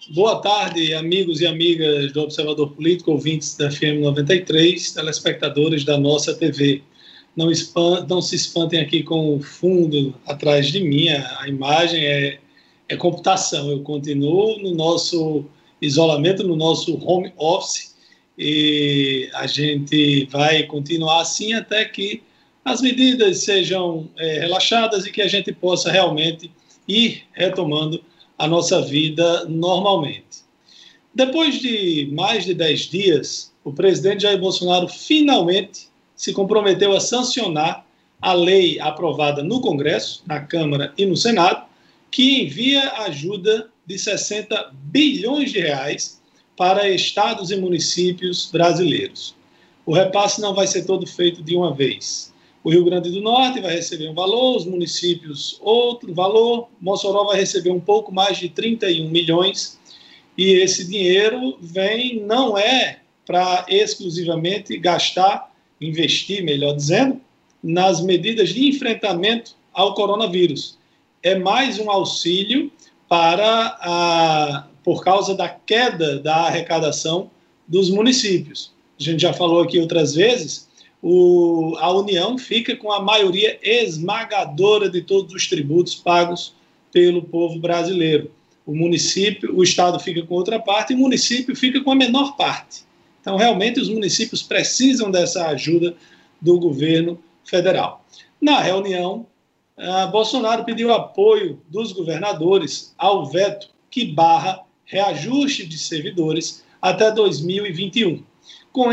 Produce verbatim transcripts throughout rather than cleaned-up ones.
Boa tarde, amigos e amigas do Observador Político, ouvintes da F M noventa e três, telespectadores da nossa T V. Não, espan- não se espantem aqui com o fundo atrás de mim, a, a imagem é, é computação. Eu continuo no nosso isolamento, no nosso home office, e a gente vai continuar assim até que as medidas sejam é, relaxadas e que a gente possa realmente ir retomando a nossa vida normalmente. Depois de mais de dez dias, o presidente Jair Bolsonaro finalmente se comprometeu a sancionar a lei aprovada no Congresso, na Câmara e no Senado, que envia ajuda de sessenta bilhões de reais para estados e municípios brasileiros. O repasse não vai ser todo feito de uma vez. O Rio Grande do Norte vai receber um valor, os municípios outro valor, Mossoró vai receber um pouco mais de trinta e um milhões, e esse dinheiro vem, não é para exclusivamente gastar, investir, melhor dizendo, nas medidas de enfrentamento ao coronavírus. É mais um auxílio para a, por causa da queda da arrecadação dos municípios. A gente já falou aqui outras vezes, O, a União fica com a maioria esmagadora de todos os tributos pagos pelo povo brasileiro. O município, o Estado fica com outra parte e o município fica com a menor parte. Então, realmente, os municípios precisam dessa ajuda do governo federal. Na reunião, a Bolsonaro pediu apoio dos governadores ao veto que barra reajuste de servidores até dois mil e vinte e um. Com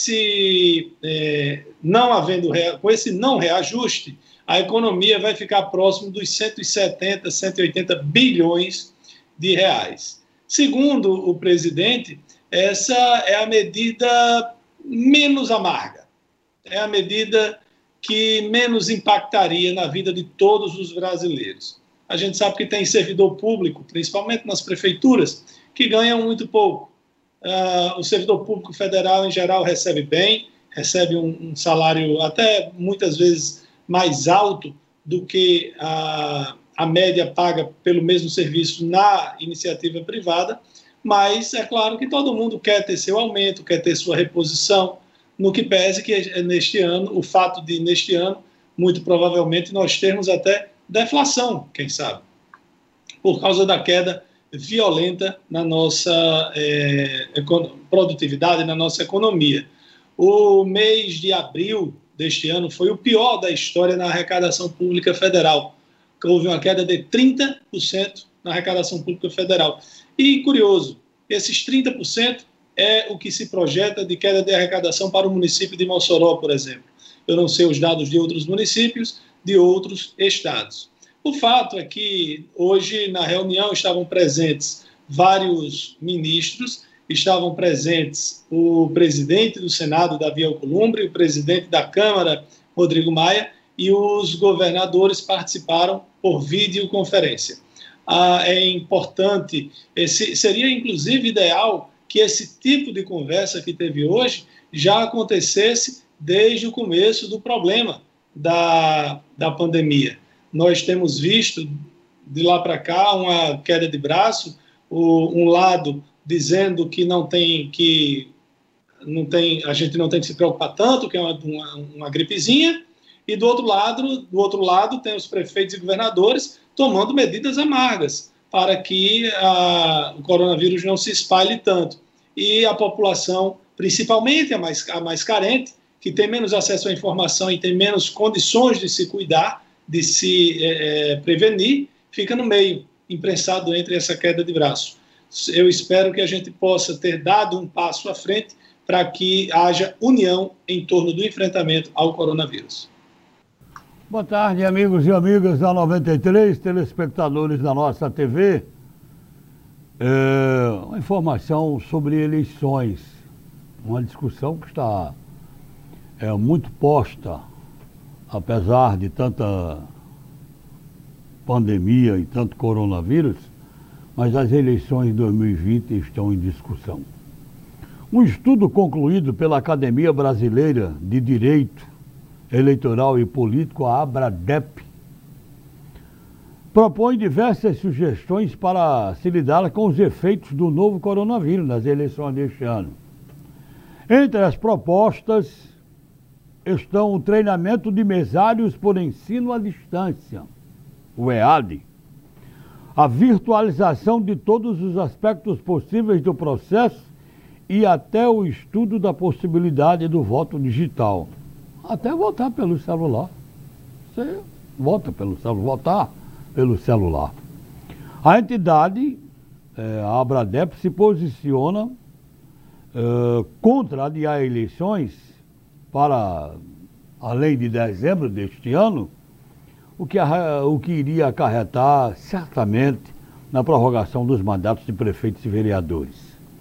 esse, é, não havendo, com esse não reajuste, a economia vai ficar próximo dos cento e setenta, cento e oitenta bilhões de reais. Segundo o presidente, essa é a medida menos amarga, é a medida que menos impactaria na vida de todos os brasileiros. A gente sabe que tem servidor público, principalmente nas prefeituras, que ganham muito pouco. Uh, o servidor público federal, em geral, recebe bem, recebe um, um salário até muitas vezes mais alto do que a, a média paga pelo mesmo serviço na iniciativa privada, mas é claro que todo mundo quer ter seu aumento, quer ter sua reposição, no que pese que neste ano, o fato de neste ano, muito provavelmente nós termos até deflação, quem sabe, por causa da queda violenta na nossa é, produtividade, na nossa economia. O mês de abril deste ano foi o pior da história na arrecadação pública federal. Houve uma queda de trinta por cento na arrecadação pública federal. E, curioso, esses trinta por cento é o que se projeta de queda de arrecadação para o município de Mossoró, por exemplo. Eu não sei os dados de outros municípios, de outros estados. O fato é que hoje na reunião estavam presentes vários ministros, estavam presentes o presidente do Senado, Davi Alcolumbre, o presidente da Câmara, Rodrigo Maia, e os governadores participaram por videoconferência. Ah, é importante, esse, seria inclusive ideal que esse tipo de conversa que teve hoje já acontecesse desde o começo do problema da, da pandemia. Nós temos visto, de lá para cá, uma queda de braço, o, um lado dizendo que não tem que não tem, a gente não tem que se preocupar tanto, que é uma, uma, uma gripezinha, e do outro lado, do outro lado tem os prefeitos e governadores tomando medidas amargas para que a, o coronavírus não se espalhe tanto. E a população, principalmente a mais, a mais carente, que tem menos acesso à informação e tem menos condições de se cuidar, de se é, prevenir, fica no meio, imprensado entre essa queda de braço. Eu espero que a gente possa ter dado um passo à frente para que haja união em torno do enfrentamento ao coronavírus. Boa tarde, amigos e amigas da noventa e três, telespectadores da nossa T V. É, uma informação sobre eleições, uma discussão que está é, muito posta, apesar de tanta pandemia e tanto coronavírus, mas as eleições de dois mil e vinte estão em discussão. Um estudo concluído pela Academia Brasileira de Direito Eleitoral e Político, a ABRADEP, propõe diversas sugestões para se lidar com os efeitos do novo coronavírus nas eleições deste ano. Entre as propostas estão o treinamento de mesários por ensino à distância, o E A D, a virtualização de todos os aspectos possíveis do processo e até o estudo da possibilidade do voto digital. Até votar pelo celular. Você vota pelo celular, votar pelo celular. A entidade, eh, a Abradep, se posiciona eh, contra adiar eleições para além de dezembro deste ano, o que, o que iria acarretar certamente na prorrogação dos mandatos de prefeitos e vereadores.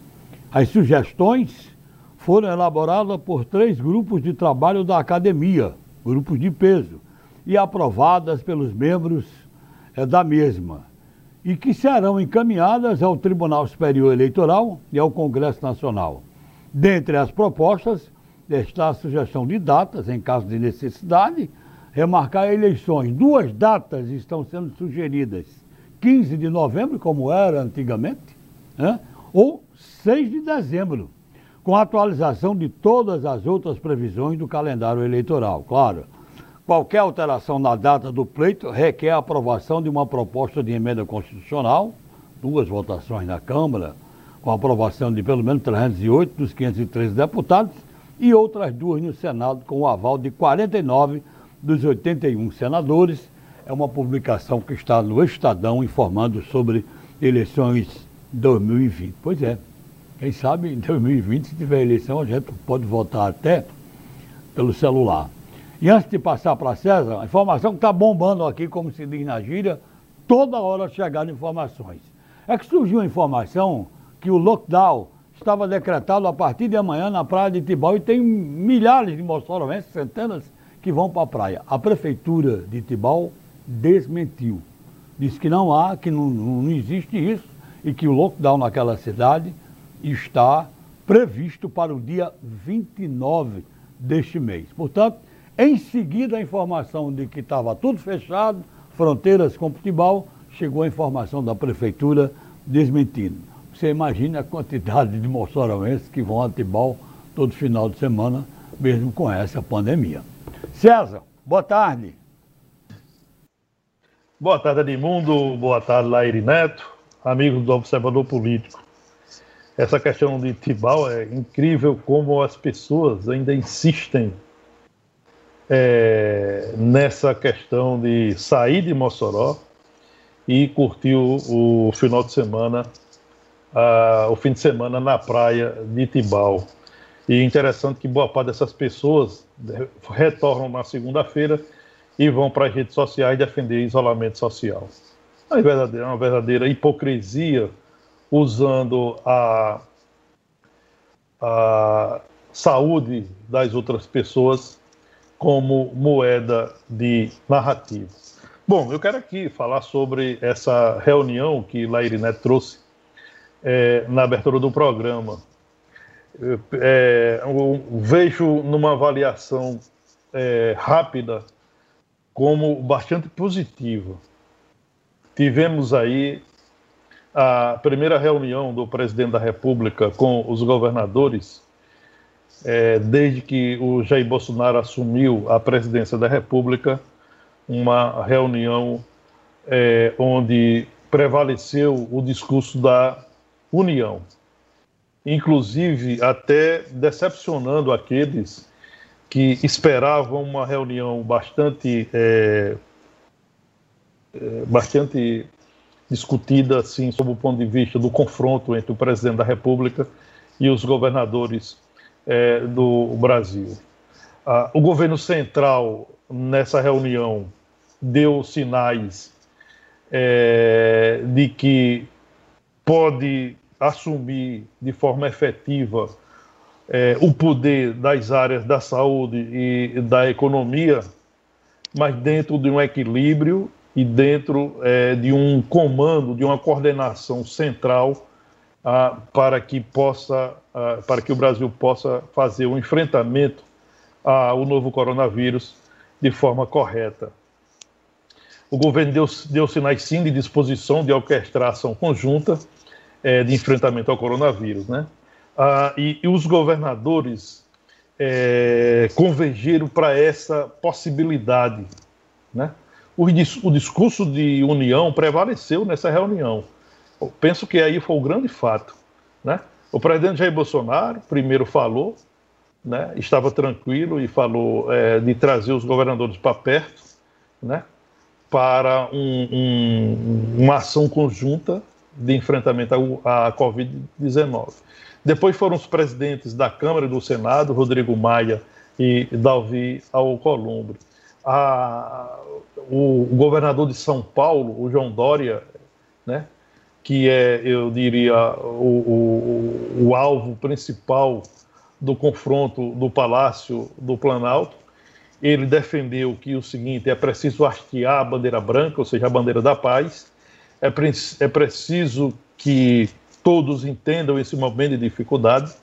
As sugestões foram elaboradas por três grupos de trabalho da academia, grupos de peso, e aprovadas pelos membros é, da mesma, e que serão encaminhadas ao Tribunal Superior Eleitoral e ao Congresso Nacional. Dentre as propostas está a sugestão de datas, em caso de necessidade, remarcar eleições. Duas datas estão sendo sugeridas, quinze de novembro, como era antigamente, né? Ou seis de dezembro, com a atualização de todas as outras previsões do calendário eleitoral. Claro, qualquer alteração na data do pleito requer a aprovação de uma proposta de emenda constitucional, duas votações na Câmara, com a aprovação de pelo menos trezentos e oito dos quinhentos e treze deputados e outras duas no Senado, com o aval de quarenta e nove dos oitenta e um senadores. É uma publicação que está no Estadão informando sobre eleições dois mil e vinte. Pois é, quem sabe em dois mil e vinte, se tiver eleição, a gente pode votar até pelo celular. E antes de passar para César, a informação que está bombando aqui, como se diz na gíria, toda hora chegaram informações. É que surgiu a informação que o lockdown estava decretado a partir de amanhã na praia de Tibau e tem milhares de moçoroenses, centenas, que vão para a praia. A prefeitura de Tibau desmentiu. Disse que não há, que não, não existe isso e que o lockdown naquela cidade está previsto para o dia vinte e nove deste mês. Portanto, em seguida a informação de que estava tudo fechado, fronteiras com Tibau, chegou a informação da prefeitura desmentindo. Você imagina a quantidade de moçoroenses que vão a Tibau todo final de semana, mesmo com essa pandemia. César, boa tarde. Boa tarde, Edmundo. Boa tarde, Laíri Neto, amigos do Observador Político. Essa questão de Tibau é incrível como as pessoas ainda insistem é, nessa questão de sair de Mossoró e curtir o, o final de semana, a, o fim de semana na praia de Tibau. E é interessante que boa parte dessas pessoas retornam na segunda-feira e vão para as redes sociais defender isolamento social. É uma verdadeira, uma verdadeira hipocrisia, usando a, a saúde das outras pessoas como moeda de narrativa. Bom, eu quero aqui falar sobre essa reunião que Laíri Neto trouxe é, na abertura do programa. Eu, é, eu vejo numa avaliação é, rápida como bastante positiva. Tivemos aí a primeira reunião do presidente da República com os governadores é, desde que o Jair Bolsonaro assumiu a presidência da República, uma reunião é, onde prevaleceu o discurso da união, inclusive até decepcionando aqueles que esperavam uma reunião bastante, é, é, bastante discutida, assim, sob o ponto de vista do confronto entre o presidente da República e os governadores é, do Brasil. Ah, o governo central, nessa reunião, deu sinais é, de que pode assumir de forma efetiva é, o poder das áreas da saúde e da economia, mas dentro de um equilíbrio e dentro é, de um comando, de uma coordenação central ah, para que possa, ah, para que o Brasil possa fazer o enfrentamento ao novo coronavírus de forma correta. o governo deu, deu sinais sim de disposição de orquestrar ação conjunta é, de enfrentamento ao coronavírus, né? Ah, e, e os governadores é, convergiram para essa possibilidade, né? O, o discurso de união prevaleceu nessa reunião. Eu penso que aí foi o grande fato, né? O presidente Jair Bolsonaro primeiro falou, né, estava tranquilo e falou é, de trazer os governadores para perto, né, para um, um, uma ação conjunta de enfrentamento à, à covid dezenove. Depois foram os presidentes da Câmara e do Senado, Rodrigo Maia e Davi Alcolumbre. A, o, o governador de São Paulo, o João Dória, né, que é, eu diria, o, o, o alvo principal do confronto do Palácio do Planalto, ele defendeu que o seguinte, é preciso hastear a bandeira branca, ou seja, a bandeira da paz, é, pre é preciso que todos entendam esse momento de dificuldade,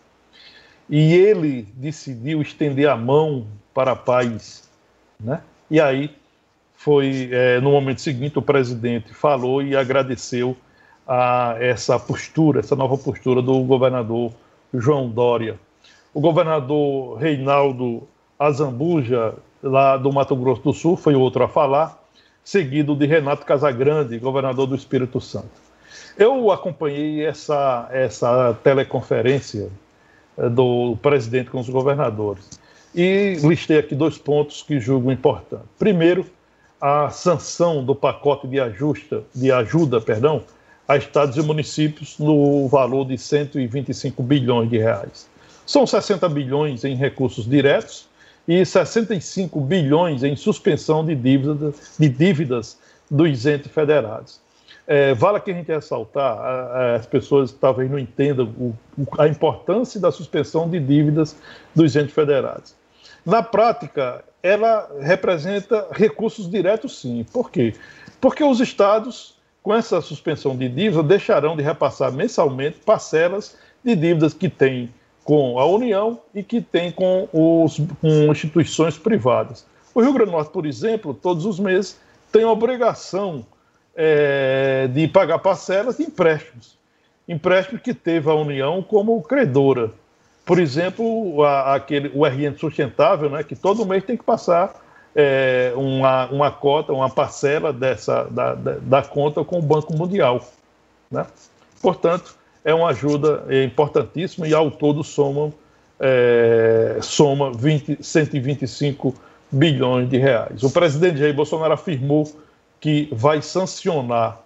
e ele decidiu estender a mão para a paz, né? E aí foi, é, no momento seguinte, o presidente falou e agradeceu a essa postura, essa nova postura do governador João Dória. O governador Reinaldo Azambuja, lá do Mato Grosso do Sul, foi outro a falar, seguido de Renato Casagrande, governador do Espírito Santo. Eu acompanhei essa, essa teleconferência do presidente com os governadores e listei aqui dois pontos que julgo importantes. Primeiro, a sanção do pacote de, ajusta, de ajuda perdão, a estados e municípios no valor de cento e vinte e cinco bilhões de reais. São sessenta bilhões em recursos diretos e sessenta e cinco bilhões em suspensão de dívidas, de dívidas dos entes federados. É, vale aqui a gente ressaltar, a, a, as pessoas talvez não entendam o, a importância da suspensão de dívidas dos entes federados. Na prática, ela representa recursos diretos, sim. Por quê? Porque os estados, com essa suspensão de dívidas, deixarão de repassar mensalmente parcelas de dívidas que têm com a União e que têm com, os, com instituições privadas. O Rio Grande do Norte, por exemplo, todos os meses tem a obrigação é, de pagar parcelas de empréstimos. Empréstimos que teve a União como credora. Por exemplo, a, aquele, o R N sustentável, né, que todo mês tem que passar é, uma, uma cota, uma parcela dessa, da, da, da conta com o Banco Mundial, né? Portanto, é uma ajuda importantíssima e ao todo somam, é, soma vinte, cento e vinte e cinco bilhões de reais. O presidente Jair Bolsonaro afirmou que vai sancionar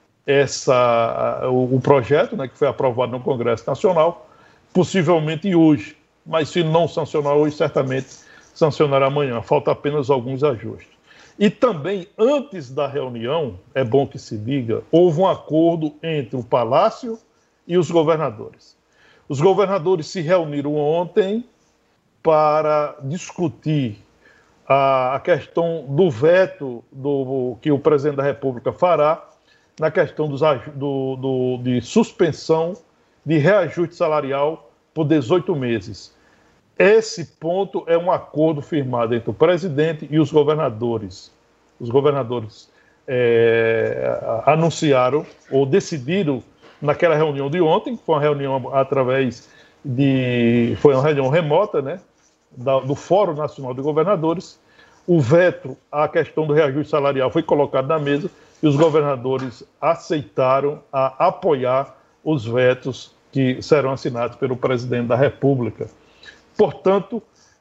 essa, o, o projeto, né, que foi aprovado no Congresso Nacional, possivelmente hoje, mas se não sancionar hoje, certamente sancionará amanhã. Falta apenas alguns ajustes. E também, antes da reunião, é bom que se diga, houve um acordo entre o Palácio e os governadores. Os governadores se reuniram ontem para discutir a, a questão do veto do, que o presidente da República fará na questão dos, do, do, de suspensão de reajuste salarial por dezoito meses. Esse ponto é um acordo firmado entre o presidente e os governadores. Os governadores é, anunciaram ou decidiram naquela reunião de ontem, que foi uma reunião através de... foi uma reunião remota, né, da, do Fórum Nacional de Governadores. O veto à questão do reajuste salarial foi colocado na mesa e os governadores aceitaram a apoiar os vetos que serão assinados pelo presidente da República. Portanto,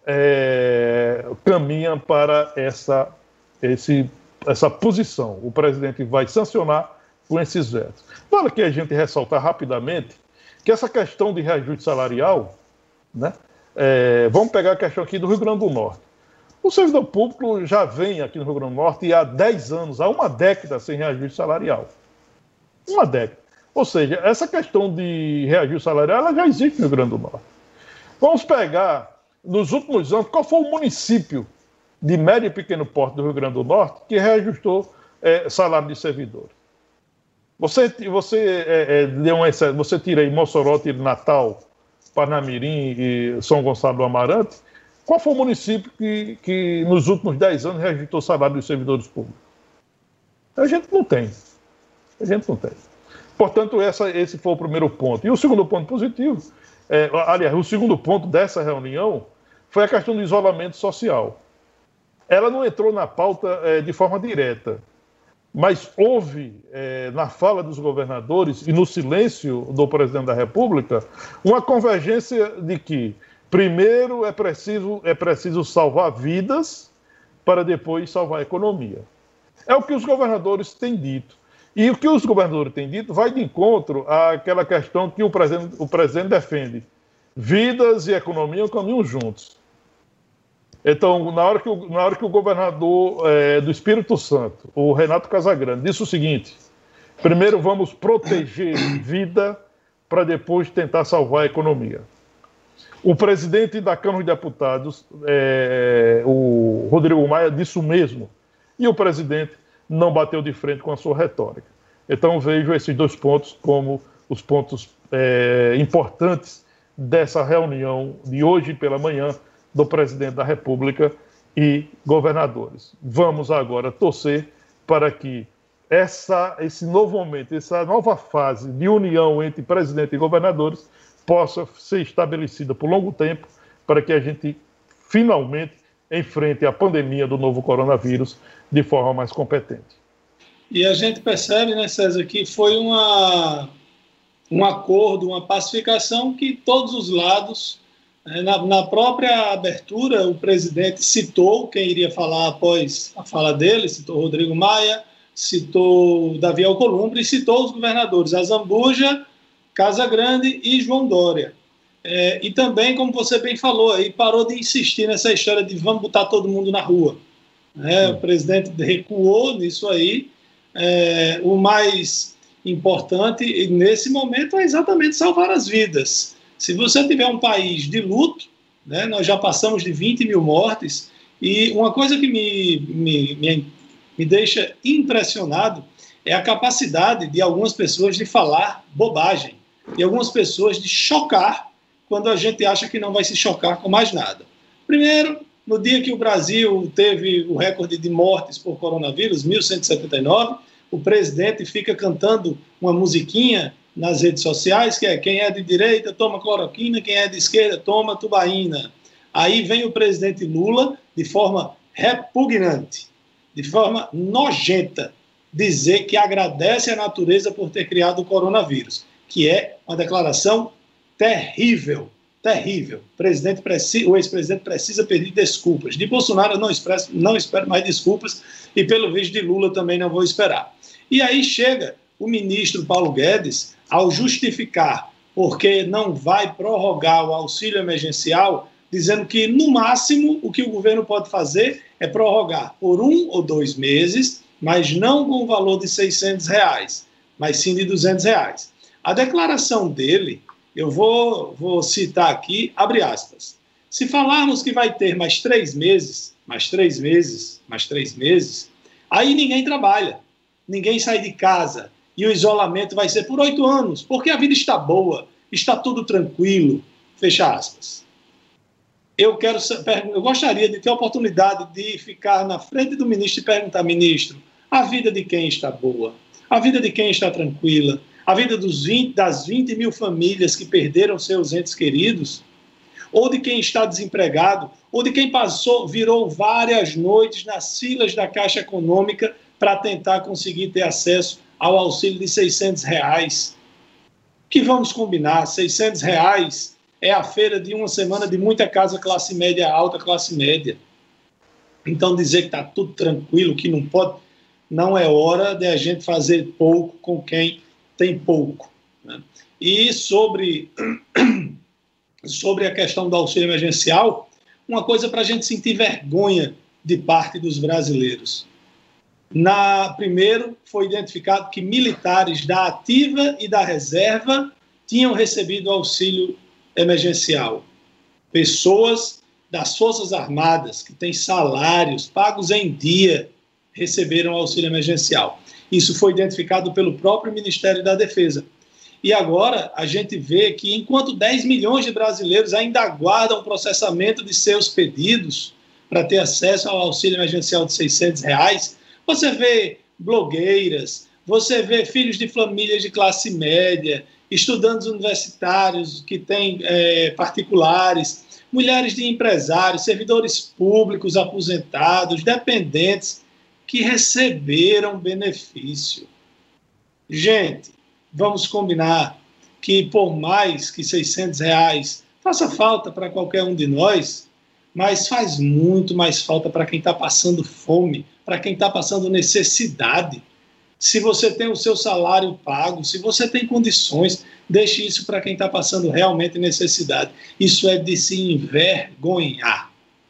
é, caminha para essa, esse, essa posição. O presidente vai sancionar com esses vetos. Vale aqui a gente ressaltar rapidamente que essa questão de reajuste salarial, né, é, vamos pegar a questão aqui do Rio Grande do Norte. O servidor público já vem aqui no Rio Grande do Norte há dez anos, há uma década sem reajuste salarial. Uma década. Ou seja, essa questão de reajuste salarial ela já existe no Rio Grande do Norte. Vamos pegar, nos últimos anos, qual foi o município de médio e pequeno porte do Rio Grande do Norte que reajustou é, salário de servidores? Você, você, é, é, deu um excesso, você tira aí Mossoró, tira Natal, Parnamirim e São Gonçalo do Amarante. Qual foi o município que, que nos últimos dez anos reajustou o salário dos servidores públicos? A gente não tem. A gente não tem. Portanto, essa, esse foi o primeiro ponto. E o segundo ponto positivo, é, aliás, o segundo ponto dessa reunião foi a questão do isolamento social. Ela não entrou na pauta é, de forma direta, mas houve, é, na fala dos governadores e no silêncio do presidente da República, uma convergência de que, primeiro, é preciso, é preciso salvar vidas para depois salvar a economia. É o que os governadores têm dito. E o que os governadores têm dito vai de encontro àquela questão que o presidente, o presidente defende. Vidas e economia caminham juntos. Então, na hora que o, na hora que o governador é, do Espírito Santo, o Renato Casagrande, disse o seguinte: primeiro vamos proteger vida para depois tentar salvar a economia. O presidente da Câmara de Deputados, é, o Rodrigo Maia, disse o mesmo. E o presidente não bateu de frente com a sua retórica. Então, vejo esses dois pontos como os pontos é, importantes dessa reunião de hoje pela manhã do presidente da República e governadores. Vamos agora torcer para que essa, esse novo momento, essa nova fase de união entre presidente e governadores possa ser estabelecida por longo tempo para que a gente finalmente enfrente a pandemia do novo coronavírus de forma mais competente. E a gente percebe, né, César, que foi uma, um acordo, uma pacificação que todos os lados, na, na própria abertura, o presidente citou quem iria falar após a fala dele, citou Rodrigo Maia, citou Davi Alcolumbre e citou os governadores Azambuja, Casagrande e João Dória. É, e também, como você bem falou, aí parou de insistir nessa história de vamos botar todo mundo na rua. É, o presidente recuou nisso aí. É, o mais importante nesse momento é exatamente salvar as vidas. Se você tiver um país de luto, né, nós já passamos de vinte mil mortes, e uma coisa que me, me, me, me deixa impressionado é a capacidade de algumas pessoas de falar bobagem, e algumas pessoas de chocar quando a gente acha que não vai se chocar com mais nada. Primeiro, no dia que o Brasil teve o recorde de mortes por coronavírus, mil cento e setenta e nove, o presidente fica cantando uma musiquinha nas redes sociais, que é quem é de direita toma cloroquina, quem é de esquerda toma tubaína. Aí vem o presidente Lula, de forma repugnante, de forma nojenta, dizer que agradece a natureza por ter criado o coronavírus, que é uma declaração terrível, terrível. O, presidente precisa, o ex-presidente precisa pedir desculpas. De Bolsonaro eu não, expresso, não espero mais desculpas, e pelo visto de Lula também não vou esperar. E aí chega o ministro Paulo Guedes, ao justificar porque não vai prorrogar o auxílio emergencial, dizendo que, no máximo, o que o governo pode fazer é prorrogar por um ou dois meses, mas não com o valor de seiscentos reais, mas sim de duzentos reais. A declaração dele, eu vou, vou citar aqui, abre aspas, se falarmos que vai ter mais três meses, mais três meses, mais três meses, aí ninguém trabalha, ninguém sai de casa, e o isolamento vai ser por oito anos, porque a vida está boa, está tudo tranquilo, fecha aspas. Eu, quero, eu gostaria de ter a oportunidade de ficar na frente do ministro e perguntar, ministro, a vida de quem está boa? A vida de quem está tranquila? A vida dos vinte, das vinte mil famílias que perderam seus entes queridos? Ou de quem está desempregado? Ou de quem passou, virou várias noites nas filas da Caixa Econômica para tentar conseguir ter acesso ao auxílio de seiscentos reais? Que vamos combinar, seiscentos reais é a feira de uma semana de muita casa classe média alta, classe média. Então dizer que está tudo tranquilo, que não pode, não é hora de a gente fazer pouco com quem tem pouco. Né? E sobre, sobre a questão do auxílio emergencial, uma coisa para a gente sentir vergonha de parte dos brasileiros. Na, primeiro, foi identificado que militares da ativa e da reserva tinham recebido auxílio emergencial. Pessoas das Forças Armadas, que têm salários pagos em dia, receberam auxílio emergencial. Isso foi identificado pelo próprio Ministério da Defesa. E agora a gente vê que, enquanto dez milhões de brasileiros ainda aguardam o processamento de seus pedidos para ter acesso ao auxílio emergencial de seiscentos reais, você vê blogueiras, você vê filhos de famílias de classe média, estudantes universitários que têm é, particulares, mulheres de empresários, servidores públicos, aposentados, dependentes, que receberam benefício. Gente, vamos combinar que por mais que seiscentos reais faça falta para qualquer um de nós, mas faz muito mais falta para quem está passando fome, para quem está passando necessidade. Se você tem o seu salário pago, se você tem condições, deixe isso para quem está passando realmente necessidade. Isso é de se envergonhar.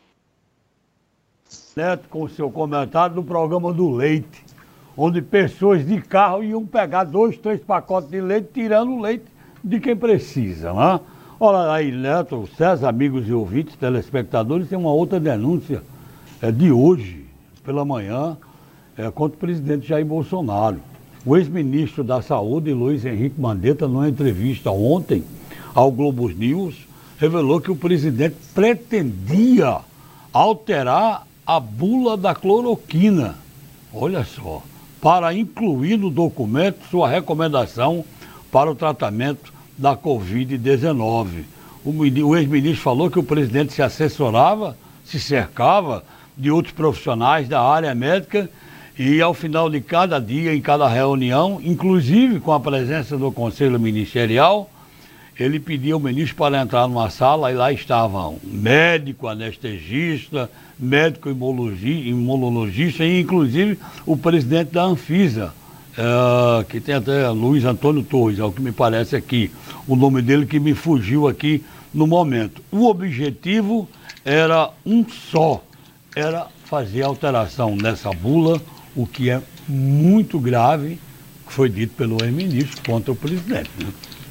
Neto, com o seu comentário no programa do leite, onde pessoas de carro iam pegar dois, três pacotes de leite, tirando o leite de quem precisa, né? Olha aí, Neto, César, amigos e ouvintes, telespectadores, tem uma outra denúncia é, de hoje, pela manhã, é, contra o presidente Jair Bolsonaro. O ex-ministro da Saúde, Luiz Henrique Mandetta, numa entrevista ontem ao Globo News, revelou que o presidente pretendia alterar a bula da cloroquina, olha só, para incluir no documento sua recomendação para o tratamento da covid dezenove. O, o ex-ministro falou que o presidente se assessorava, se cercava de outros profissionais da área médica e, ao final de cada dia, em cada reunião, inclusive com a presença do Conselho Ministerial, ele pediu ao ministro para entrar numa sala e lá estavam médico, anestesista, médico imunologista e, inclusive, o presidente da Anvisa, é, que tem até Luiz Antônio Torres, é o que me parece aqui, o nome dele que me fugiu aqui no momento. O objetivo era um só, era fazer alteração nessa bula, o que é muito grave, que foi dito pelo ex-ministro contra o presidente, né?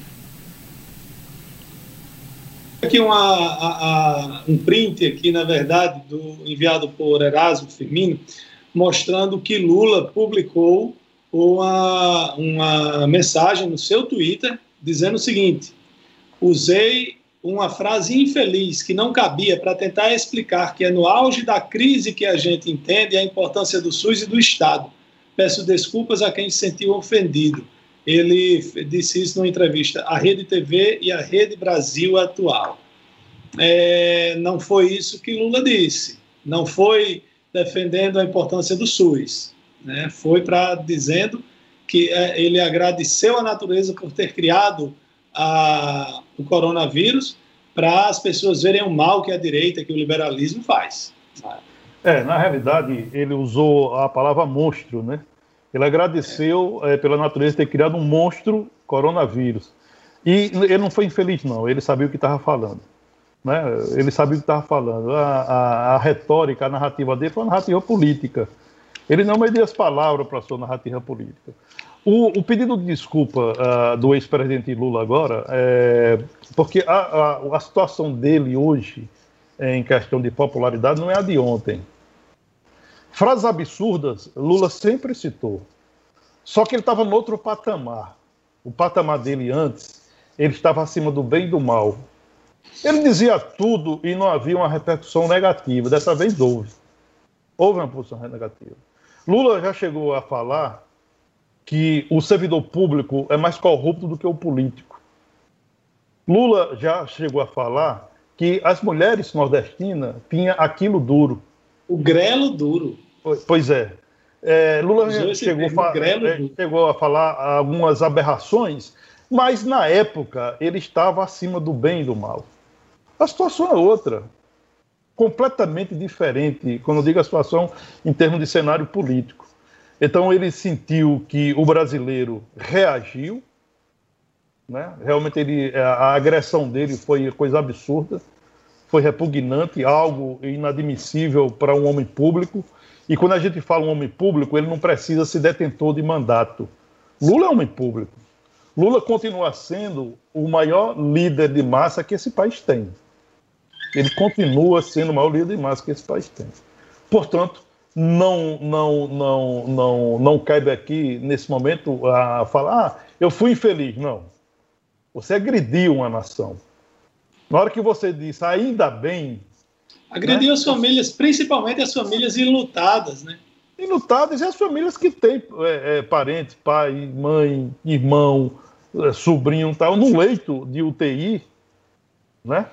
Aqui uma, a, a, um print aqui, na verdade, do, enviado por Erasmo Firmino, mostrando que Lula publicou uma, uma mensagem no seu Twitter dizendo o seguinte: usei uma frase infeliz que não cabia para tentar explicar que é no auge da crise que a gente entende a importância do SUS e do Estado. Peço desculpas a quem se sentiu ofendido. Ele disse isso numa entrevista à Rede T V e à Rede Brasil Atual. É, não foi isso que Lula disse. Não foi defendendo a importância do SUS, né? Foi para dizendo que é, ele agradeceu a natureza por ter criado a, o coronavírus para as pessoas verem o mal que a direita, que o liberalismo faz. É, na realidade, ele usou a palavra monstro, né? Ele agradeceu é, pela natureza ter criado um monstro coronavírus. E ele não foi infeliz, não. Ele sabia o que estava falando, né? Ele sabia o que estava falando. A, a, a retórica, a narrativa dele foi uma narrativa política. Ele não mediu as palavras para a sua narrativa política. O, o pedido de desculpa uh, do ex-presidente Lula agora, é, porque a, a, a situação dele hoje, em questão de popularidade, não é a de ontem. Frases absurdas, Lula sempre citou. Só que ele estava no outro patamar. O patamar dele antes, ele estava acima do bem e do mal. Ele dizia tudo e não havia uma repercussão negativa. Dessa vez houve. Houve uma posição negativa. Lula já chegou a falar que o servidor público é mais corrupto do que o político. Lula já chegou a falar que as mulheres nordestinas tinham aquilo duro. O grelo duro. Pois é. é Lula chegou, fa é, chegou a falar algumas aberrações, mas na época ele estava acima do bem e do mal. A situação é outra. Completamente diferente, quando eu digo a situação em termos de cenário político. Então ele sentiu que o brasileiro reagiu, né? Realmente ele, a agressão dele foi coisa absurda, foi repugnante, algo inadmissível para um homem público. E quando a gente fala um homem público, ele não precisa ser detentor de mandato. Lula é um homem público. Lula continua sendo o maior líder de massa que esse país tem. Ele continua sendo o maior líder de massa que esse país tem. Portanto, não, não, não, não, não cabe aqui, nesse momento, a falar, ah, eu fui infeliz. Não. Você agrediu uma nação. Na hora que você disse, ainda bem... Agrediu, né, as famílias, principalmente as famílias enlutadas, né? enlutadas, e as famílias que têm é, é, parentes, pai, mãe, irmão, é, sobrinho, tal, no leito de U T I, né?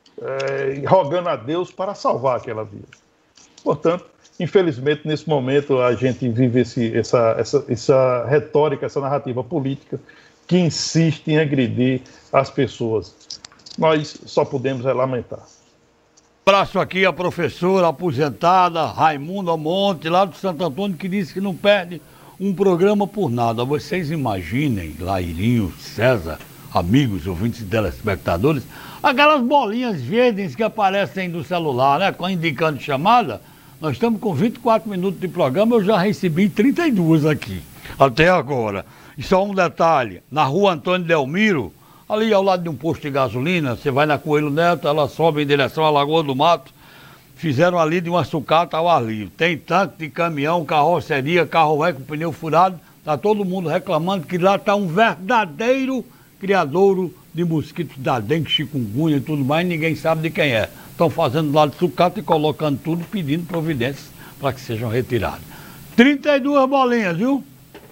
É, rogando a Deus para salvar aquela vida. Portanto, infelizmente, nesse momento, a gente vive esse, essa, essa, essa retórica, essa narrativa política que insiste em agredir as pessoas. Nós só podemos é, lamentar. Abraço aqui a professora aposentada Raimunda Monte, lá do Santo Antônio, que disse que não perde um programa por nada. Vocês imaginem, Lairinho, César, amigos, ouvintes e telespectadores, aquelas bolinhas verdes que aparecem no celular, né, indicando chamada. Nós estamos com vinte e quatro minutos de programa, eu já recebi trinta e dois aqui, até agora. E só um detalhe, na rua Antônio Delmiro, ali ao lado de um posto de gasolina, você vai na Coelho Neto, ela sobe em direção à Lagoa do Mato, fizeram ali de uma sucata ao ar livre. Tem tanque de caminhão, carroceria, carro velho com pneu furado, tá todo mundo reclamando que lá tá um verdadeiro criadouro de mosquitos da dengue, chikungunya e tudo mais, ninguém sabe de quem é. Estão fazendo lá de sucata e colocando tudo, pedindo providências para que sejam retiradas. trinta e duas bolinhas, viu?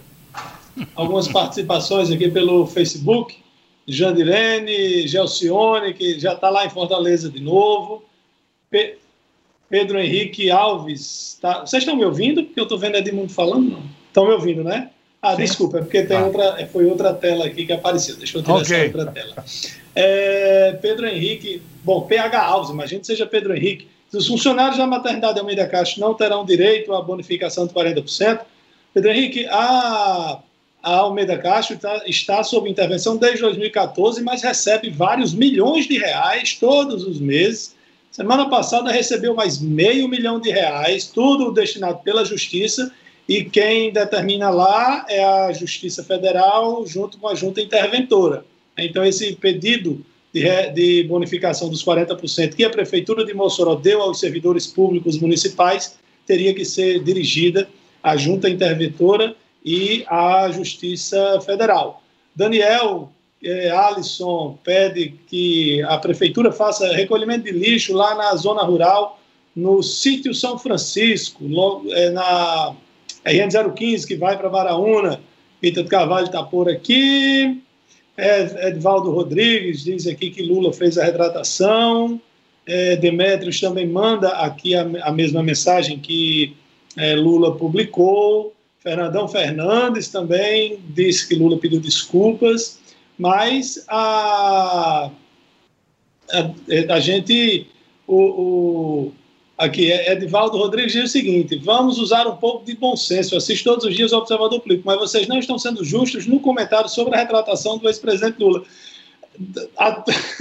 Algumas participações aqui pelo Facebook. Jandirene, Gelcione, que já está lá em Fortaleza de novo. Pe Pedro Henrique Alves. Tá... Vocês estão me ouvindo? Porque eu estou vendo Edmundo falando, não? Estão me ouvindo, né? Ah, sim. Desculpa, é porque tem ah. outra, foi outra tela aqui que apareceu. Deixa eu tirar okay. essa outra tela. É, Pedro Henrique, bom, P H Alves, imagino que seja Pedro Henrique. Os funcionários da maternidade Almeida Castro não terão direito à bonificação de quarenta por cento. Pedro Henrique, a, a Almeida Castro tá, está sob intervenção desde dois mil e quatorze, mas recebe vários milhões de reais todos os meses. Semana passada recebeu mais meio milhão de reais, tudo destinado pela Justiça, e quem determina lá é a Justiça Federal junto com a Junta Interventora. Então, esse pedido de, re, de bonificação dos quarenta por cento que a Prefeitura de Mossoró deu aos servidores públicos municipais teria que ser dirigida à Junta Interventora e à Justiça Federal. Daniel eh, Alisson pede que a Prefeitura faça recolhimento de lixo lá na zona rural, no sítio São Francisco, logo, eh, na R N zero quinze, que vai para Varaúna. Rita de Carvalho está por aqui. É, Edvaldo Rodrigues diz aqui que Lula fez a retratação. É, Demétrios também manda aqui a, a mesma mensagem que é, Lula publicou. Fernandão Fernandes também disse que Lula pediu desculpas, mas a, a, a gente, o, o, aqui, Edvaldo Rodrigues diz o seguinte: vamos usar um pouco de bom senso, eu assisto todos os dias ao Observador Político, mas vocês não estão sendo justos no comentário sobre a retratação do ex-presidente Lula. A,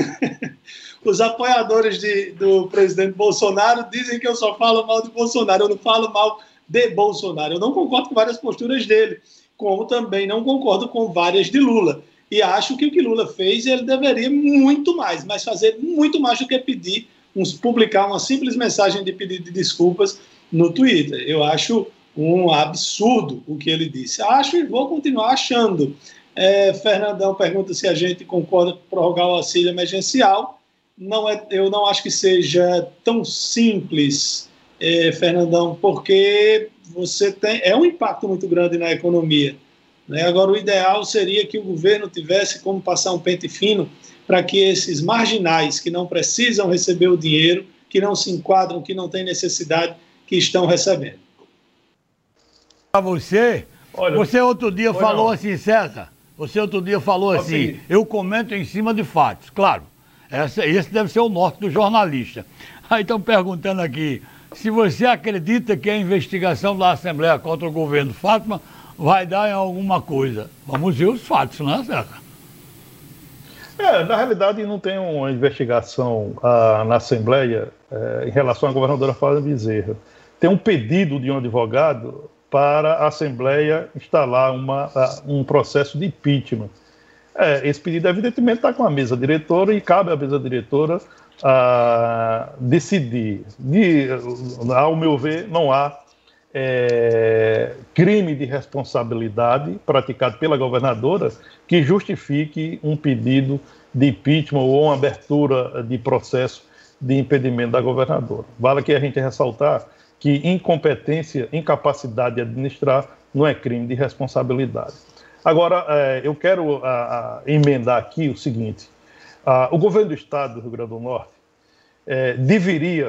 os apoiadores de, do presidente Bolsonaro dizem que eu só falo mal de Bolsonaro, eu não falo mal de Bolsonaro. Eu não concordo com várias posturas dele, como também não concordo com várias de Lula. E acho que o que Lula fez, ele deveria muito mais, mas fazer muito mais do que pedir, uns, publicar uma simples mensagem de pedido de desculpas no Twitter. Eu acho um absurdo o que ele disse. Acho e vou continuar achando. É, Fernandão pergunta se a gente concorda com prorrogar o auxílio emergencial. Não é, eu não acho que seja tão simples, é, Fernandão, porque você tem, é um impacto muito grande na economia, né? Agora, o ideal seria que o governo tivesse como passar um pente fino para que esses marginais que não precisam receber o dinheiro, que não se enquadram, que não têm necessidade, que estão recebendo. Para você, Olha, você outro dia falou não. assim, César, você outro dia falou assim, assim, eu comento em cima de fatos, claro, essa, esse deve ser o norte do jornalista. Aí estão perguntando aqui, se você acredita que a investigação da Assembleia contra o governo Fátima vai dar em alguma coisa. Vamos ver os fatos, não é, César? É, na realidade não tem uma investigação ah, na Assembleia eh, em relação à governadora Fátima Bezerra. Tem um pedido de um advogado para a Assembleia instalar uma, um processo de impeachment. É, esse pedido, evidentemente, está com a mesa diretora e cabe à mesa diretora a decidir. De, ao meu ver, não há é, crime de responsabilidade praticado pela governadora que justifique um pedido de impeachment ou uma abertura de processo de impedimento da governadora. Vale aqui a gente ressaltar que que incompetência, incapacidade de administrar não é crime de responsabilidade. Agora, é, eu quero a, a, emendar aqui o seguinte, a, o governo do estado do Rio Grande do Norte é, deveria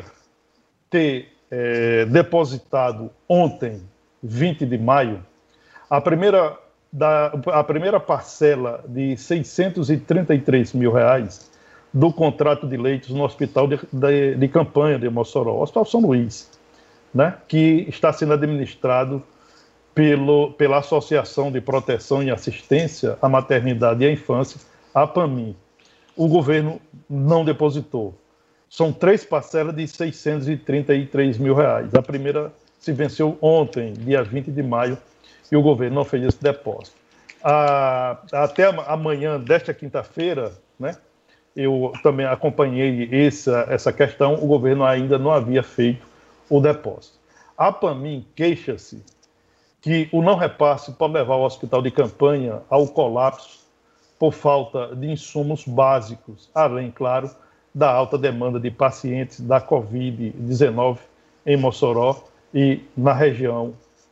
ter é, depositado ontem, vinte de maio, a primeira, da, a primeira parcela de seiscentos e trinta e três mil reais do contrato de leitos no hospital de, de, de campanha de Mossoró, o Hospital São Luís, né, que está sendo administrado pelo, pela Associação de Proteção e Assistência à Maternidade e à Infância, a PAMI. O governo não depositou. São três parcelas de seiscentos e trinta e três mil reais. A primeira se venceu ontem, dia vinte de maio, e o governo não fez esse depósito. Ah, até amanhã desta quinta-feira, né, eu também acompanhei essa, essa questão, o governo ainda não havia feito o depósito. A PAMI queixa-se que o não repasse pode levar o hospital de campanha ao colapso por falta de insumos básicos, além, claro, da alta demanda de pacientes da covid dezenove em Mossoró e na região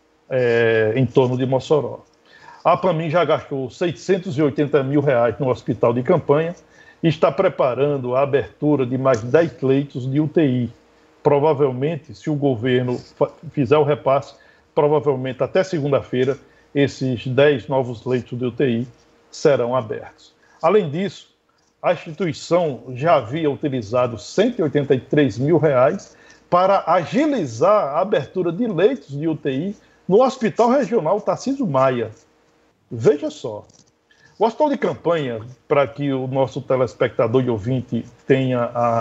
é, em torno de Mossoró. A PAMI já gastou seiscentos e oitenta mil reais no hospital de campanha e está preparando a abertura de mais dez leitos de U T I. Provavelmente, se o governo fizer o repasse, provavelmente até segunda-feira, esses dez novos leitos de U T I serão abertos. Além disso, a instituição já havia utilizado cento e oitenta e três mil reais para agilizar a abertura de leitos de U T I no Hospital Regional Tarcísio Maia. Veja só, o hospital de campanha, para que o nosso telespectador e ouvinte tenha a,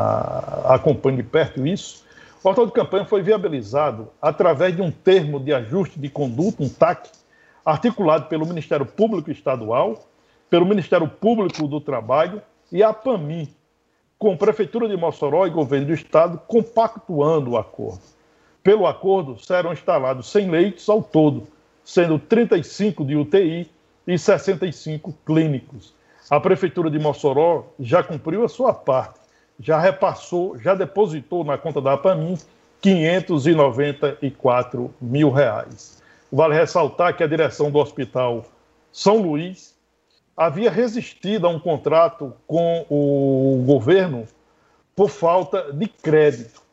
a, acompanhe de perto isso, o hospital de campanha foi viabilizado através de um termo de ajuste de conduta, um T A C, articulado pelo Ministério Público Estadual, pelo Ministério Público do Trabalho e a PAMI, com a Prefeitura de Mossoró e Governo do Estado compactuando o acordo. Pelo acordo, serão instalados cem leitos ao todo, sendo trinta e cinco de U T I e sessenta e cinco clínicos. A Prefeitura de Mossoró já cumpriu a sua parte, já repassou, já depositou na conta da PAMI quinhentos e noventa e quatro mil reais. Vale ressaltar que a direção do Hospital São Luís havia resistido a um contrato com o governo por falta de crédito.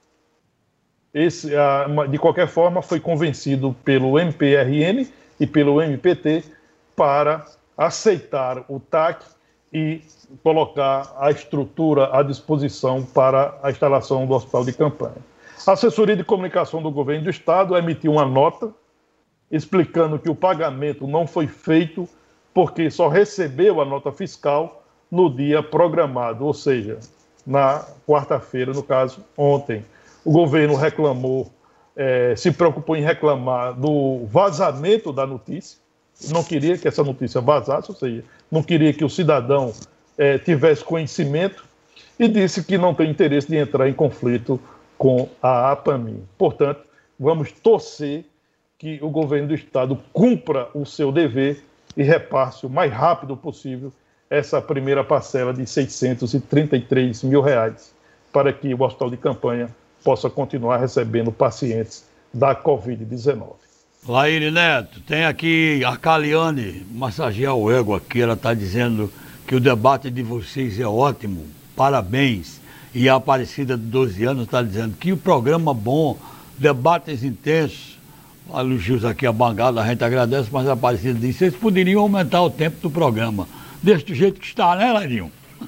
Esse, de qualquer forma, foi convencido pelo M P R N e pelo M P T para aceitar o T A C e colocar a estrutura à disposição para a instalação do hospital de campanha. A assessoria de comunicação do governo do estado emitiu uma nota explicando que o pagamento não foi feito porque só recebeu a nota fiscal no dia programado, ou seja, na quarta-feira, no caso, ontem. O governo reclamou, eh, se preocupou em reclamar do vazamento da notícia, não queria que essa notícia vazasse, ou seja, não queria que o cidadão eh, tivesse conhecimento e disse que não tem interesse de entrar em conflito com a APAMI. Portanto, vamos torcer que o governo do estado cumpra o seu dever e repasse o mais rápido possível essa primeira parcela de seiscentos e trinta e três mil reais para que o hospital de campanha possa continuar recebendo pacientes da covid dezenove. Laíre Neto, tem aqui a Caliane massagear o ego aqui, ela está dizendo que o debate de vocês é ótimo, parabéns. E a Aparecida de doze anos está dizendo que o programa bom, debates intensos, elogios aqui a bancada, a gente agradece, mas a Aparecida disse, vocês poderiam aumentar o tempo do programa, desse jeito que está, né, Lairinho?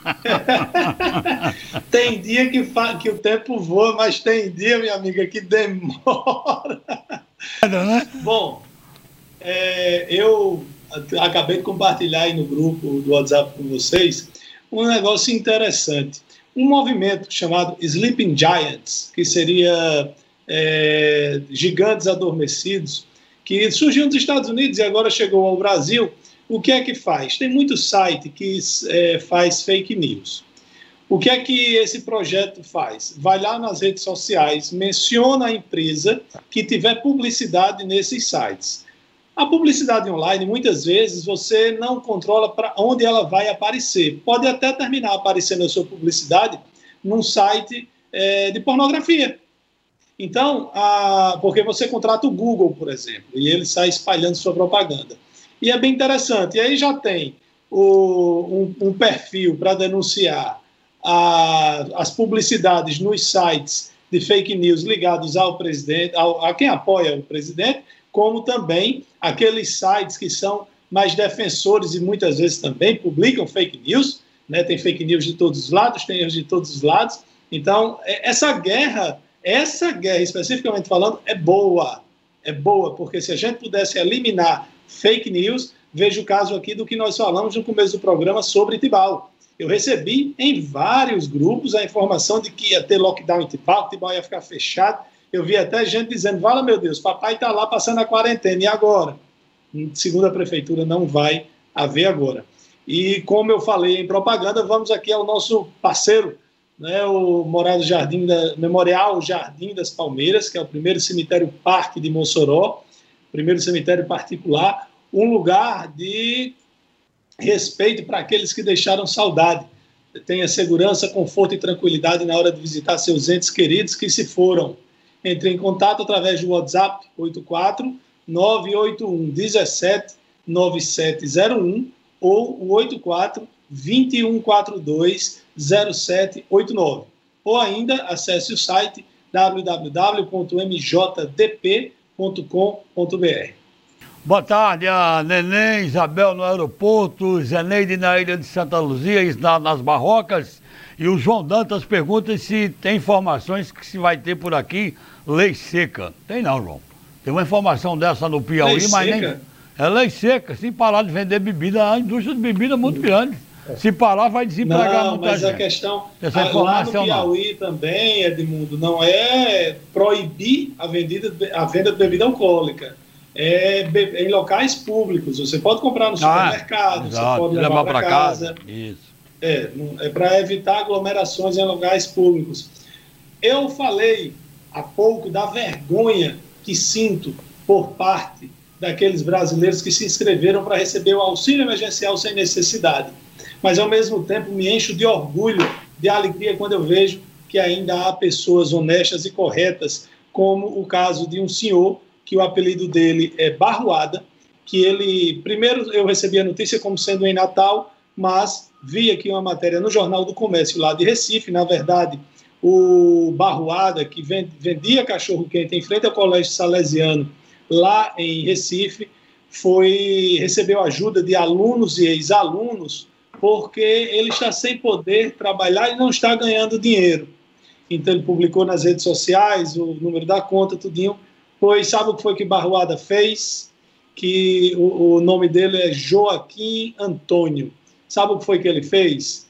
Tem dia que, fa... que o tempo voa, mas tem dia, minha amiga, que demora. Né? Bom, é, eu acabei de compartilhar aí no grupo do WhatsApp com vocês um negócio interessante. Um movimento chamado Sleeping Giants, que seria é, gigantes adormecidos, que surgiu nos Estados Unidos e agora chegou ao Brasil. O que é que faz? Tem muito site que é, faz fake news. O que é que esse projeto faz? Vai lá nas redes sociais, menciona a empresa que tiver publicidade nesses sites. A publicidade online, muitas vezes, você não controla para onde ela vai aparecer. Pode até terminar aparecendo a sua publicidade num site é, de pornografia. Então, a, porque você contrata o Google, por exemplo, e ele sai espalhando sua propaganda. E é bem interessante. E aí já tem o, um, um perfil para denunciar a, as publicidades nos sites de fake news ligados ao presidente, ao, a quem apoia o presidente, como também aqueles sites que são mais defensores e muitas vezes também publicam fake news, né? Tem fake news de todos os lados, tem erros de todos os lados. Então, essa guerra, essa guerra especificamente falando, é boa, é boa, porque se a gente pudesse eliminar fake news, veja o caso aqui do que nós falamos no começo do programa sobre Tibau. Eu recebi em vários grupos a informação de que ia ter lockdown em Tibau, que Tibau ia ficar fechado. Eu vi até gente dizendo, vala meu Deus, papai está lá passando a quarentena, e agora? Segundo a prefeitura, não vai haver agora. E como eu falei em propaganda, vamos aqui ao nosso parceiro, né, o Memorial Jardim, da, Memorial Jardim das Palmeiras, que é o primeiro cemitério parque de Mossoró, primeiro cemitério particular, um lugar de respeito para aqueles que deixaram saudade. Tenha segurança, conforto e tranquilidade na hora de visitar seus entes queridos que se foram. Entre em contato através do WhatsApp oito quatro nove oito um um sete nove sete zero um ou o oito quatro dois um quatro dois zero sete oito nove. Ou ainda acesse o site w w w ponto m j d p ponto com ponto b r. Boa tarde, a Neném, Isabel no aeroporto, Zeneide na ilha de Santa Luzia, na, nas Barrocas, e o João Dantas pergunta se tem informações que se vai ter por aqui lei seca. Tem não, João. Tem uma informação dessa no Piauí, lei mas seca? nem... É lei seca, se parar de vender bebida, a indústria de bebida é muito grande. Se parar, vai desempregar não, muita mas gente. A questão, Essa a, informação lá no Piauí não. também, Edmundo, não é proibir a, vendida, a venda de bebida alcoólica. É em locais públicos. Você pode comprar no supermercado, ah, você pode levar, levar para casa. casa. Isso. É, é para evitar aglomerações em locais públicos. Eu falei há pouco da vergonha que sinto por parte daqueles brasileiros que se inscreveram para receber o auxílio emergencial sem necessidade. Mas, ao mesmo tempo, me encho de orgulho, de alegria, quando eu vejo que ainda há pessoas honestas e corretas, como o caso de um senhor, que o apelido dele é Barruada, que ele, primeiro eu recebi a notícia como sendo em Natal, mas vi aqui uma matéria no Jornal do Comércio lá de Recife. Na verdade, o Barruada, que vendia cachorro-quente em frente ao Colégio Salesiano, lá em Recife, foi, recebeu ajuda de alunos e ex-alunos, porque ele está sem poder trabalhar e não está ganhando dinheiro. Então ele publicou nas redes sociais o número da conta, tudinho. Pois sabe o que foi que Barruada fez? Que o, o nome dele é Joaquim Antônio. Sabe o que foi que ele fez?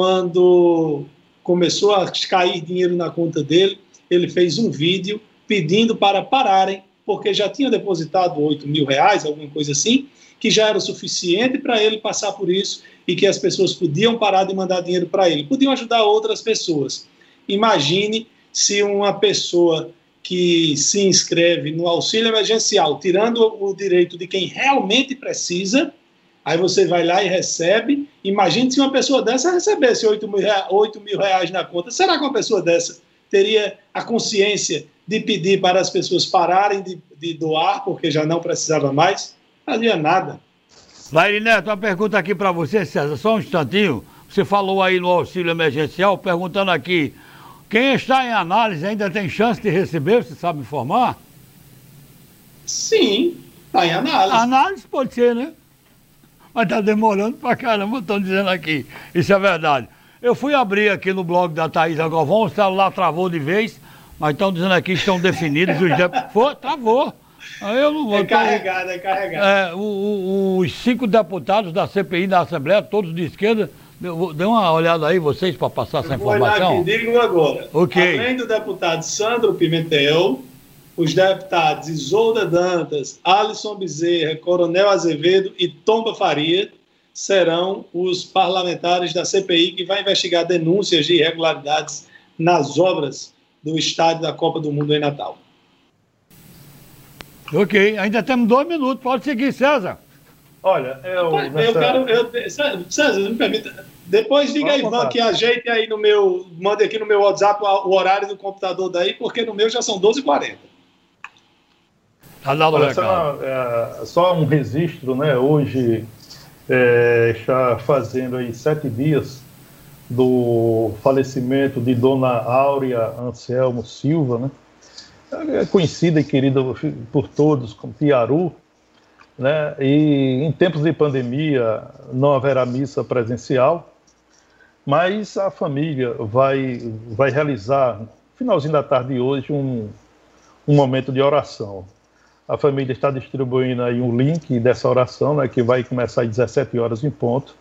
Quando começou a cair dinheiro na conta dele, ele fez um vídeo pedindo para pararem, porque já tinha depositado oito mil reais, alguma coisa assim, que já era o suficiente para ele passar por isso e que as pessoas podiam parar de mandar dinheiro para ele, podiam ajudar outras pessoas. Imagine se uma pessoa que se inscreve no auxílio emergencial, tirando o direito de quem realmente precisa, aí você vai lá e recebe. Imagine se uma pessoa dessa recebesse oito mil reais na conta. Será que uma pessoa dessa teria a consciência de pedir para as pessoas pararem de, de doar, porque já não precisava mais? Não fazia nada. Laire Neto, uma pergunta aqui para você, César, só um instantinho. Você falou aí no auxílio emergencial, perguntando aqui, quem está em análise ainda tem chance de receber, você sabe informar? Sim, está em análise. Análise pode ser, né? Mas está demorando pra caramba, estão dizendo aqui. Isso é verdade. Eu fui abrir aqui no blog da Thaís Galvão, o celular travou de vez, mas estão dizendo aqui que estão definidos os... De... Foi, travou. Aí eu não vou... É carregado, é carregado. É, o, o, os cinco deputados da C P I da Assembleia, todos de esquerda, dê uma olhada aí, vocês, para passar essa informação. Vou olhar aqui, digo agora. Okay. Além do deputado Sandro Pimentel, os deputados Isolda Dantas, Alisson Bezerra, Coronel Azevedo e Tomba Faria serão os parlamentares da C P I que vai investigar denúncias de irregularidades nas obras do estádio da Copa do Mundo em Natal. Ok, ainda temos dois minutos, pode seguir, César. Olha, eu... Rapaz, eu quero... Eu, César, me permita... Depois diga aí, Ivan, que ajeite aí no meu, mande aqui no meu WhatsApp o horário do computador daí, porque no meu já são doze e quarenta. Olha, só, é, só um registro, né? Hoje é, está fazendo aí sete dias do falecimento de Dona Áurea Anselmo Silva, né? É conhecida e querida por todos como Tiaru, né? E em tempos de pandemia não haverá missa presencial, mas a família vai, vai realizar, no finalzinho da tarde de hoje, um, um momento de oração. A família está distribuindo aí um link dessa oração, né, que vai começar às dezessete horas em ponto.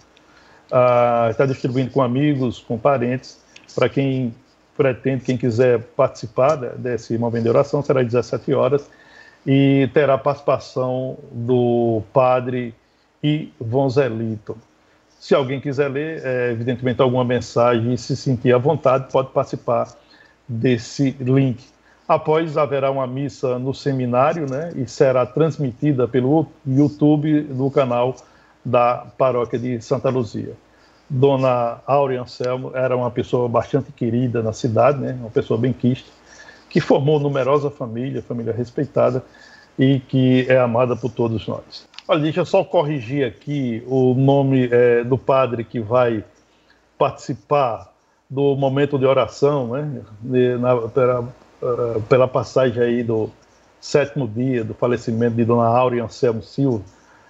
Ah, está distribuindo com amigos, com parentes, para quem pretende, quem quiser participar desse momento de oração, será às dezessete horas, e terá participação do padre Ivon Zelito. Se alguém quiser ler, é, evidentemente, alguma mensagem e se sentir à vontade, pode participar desse link. Após, haverá uma missa no seminário, né, e será transmitida pelo YouTube do canal da Paróquia de Santa Luzia. Dona Áurea Anselmo era uma pessoa bastante querida na cidade, né, uma pessoa benquista, que formou numerosa família, família respeitada e que é amada por todos nós. Olha, deixa eu só corrigir aqui o nome é, do padre que vai participar do momento de oração, né, de, na, pela, uh, pela passagem aí do sétimo dia do falecimento de Dona Áurea Anselmo Silva,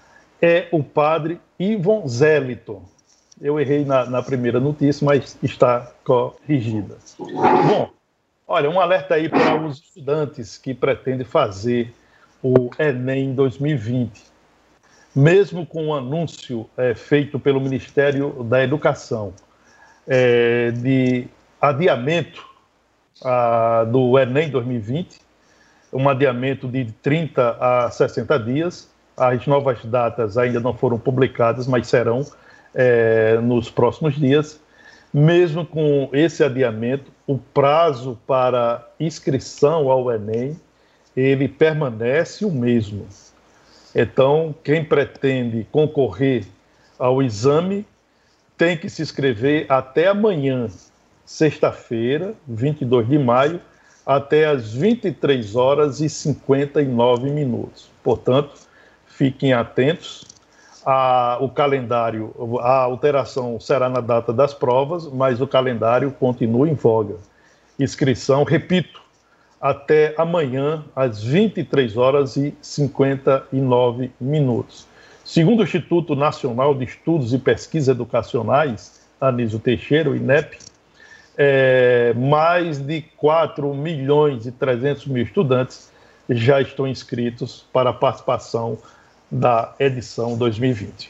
é o padre Ivon Zelito. Eu errei na, na primeira notícia, mas está corrigida. Bom, olha, um alerta aí para os estudantes que pretendem fazer o Enem dois mil e vinte. Mesmo com o anúncio é, feito pelo Ministério da Educação é, de adiamento a, do Enem dois mil e vinte, um adiamento de trinta a sessenta dias, as novas datas ainda não foram publicadas, mas serão é, nos próximos dias. Mesmo com esse adiamento, o prazo para inscrição ao Enem, ele permanece o mesmo. Então, quem pretende concorrer ao exame tem que se inscrever até amanhã, sexta-feira, vinte e dois de maio, até às vinte e três horas e cinquenta e nove minutos. Portanto, fiquem atentos. A, o calendário, a alteração será na data das provas, mas o calendário continua em voga. Inscrição, repito, até amanhã, às vinte e três horas e cinquenta e nove minutos. Segundo o Instituto Nacional de Estudos e Pesquisas Educacionais, Anísio Teixeira, o INEP, é, mais de quatro milhões e trezentos mil estudantes já estão inscritos para a participação da edição dois mil e vinte.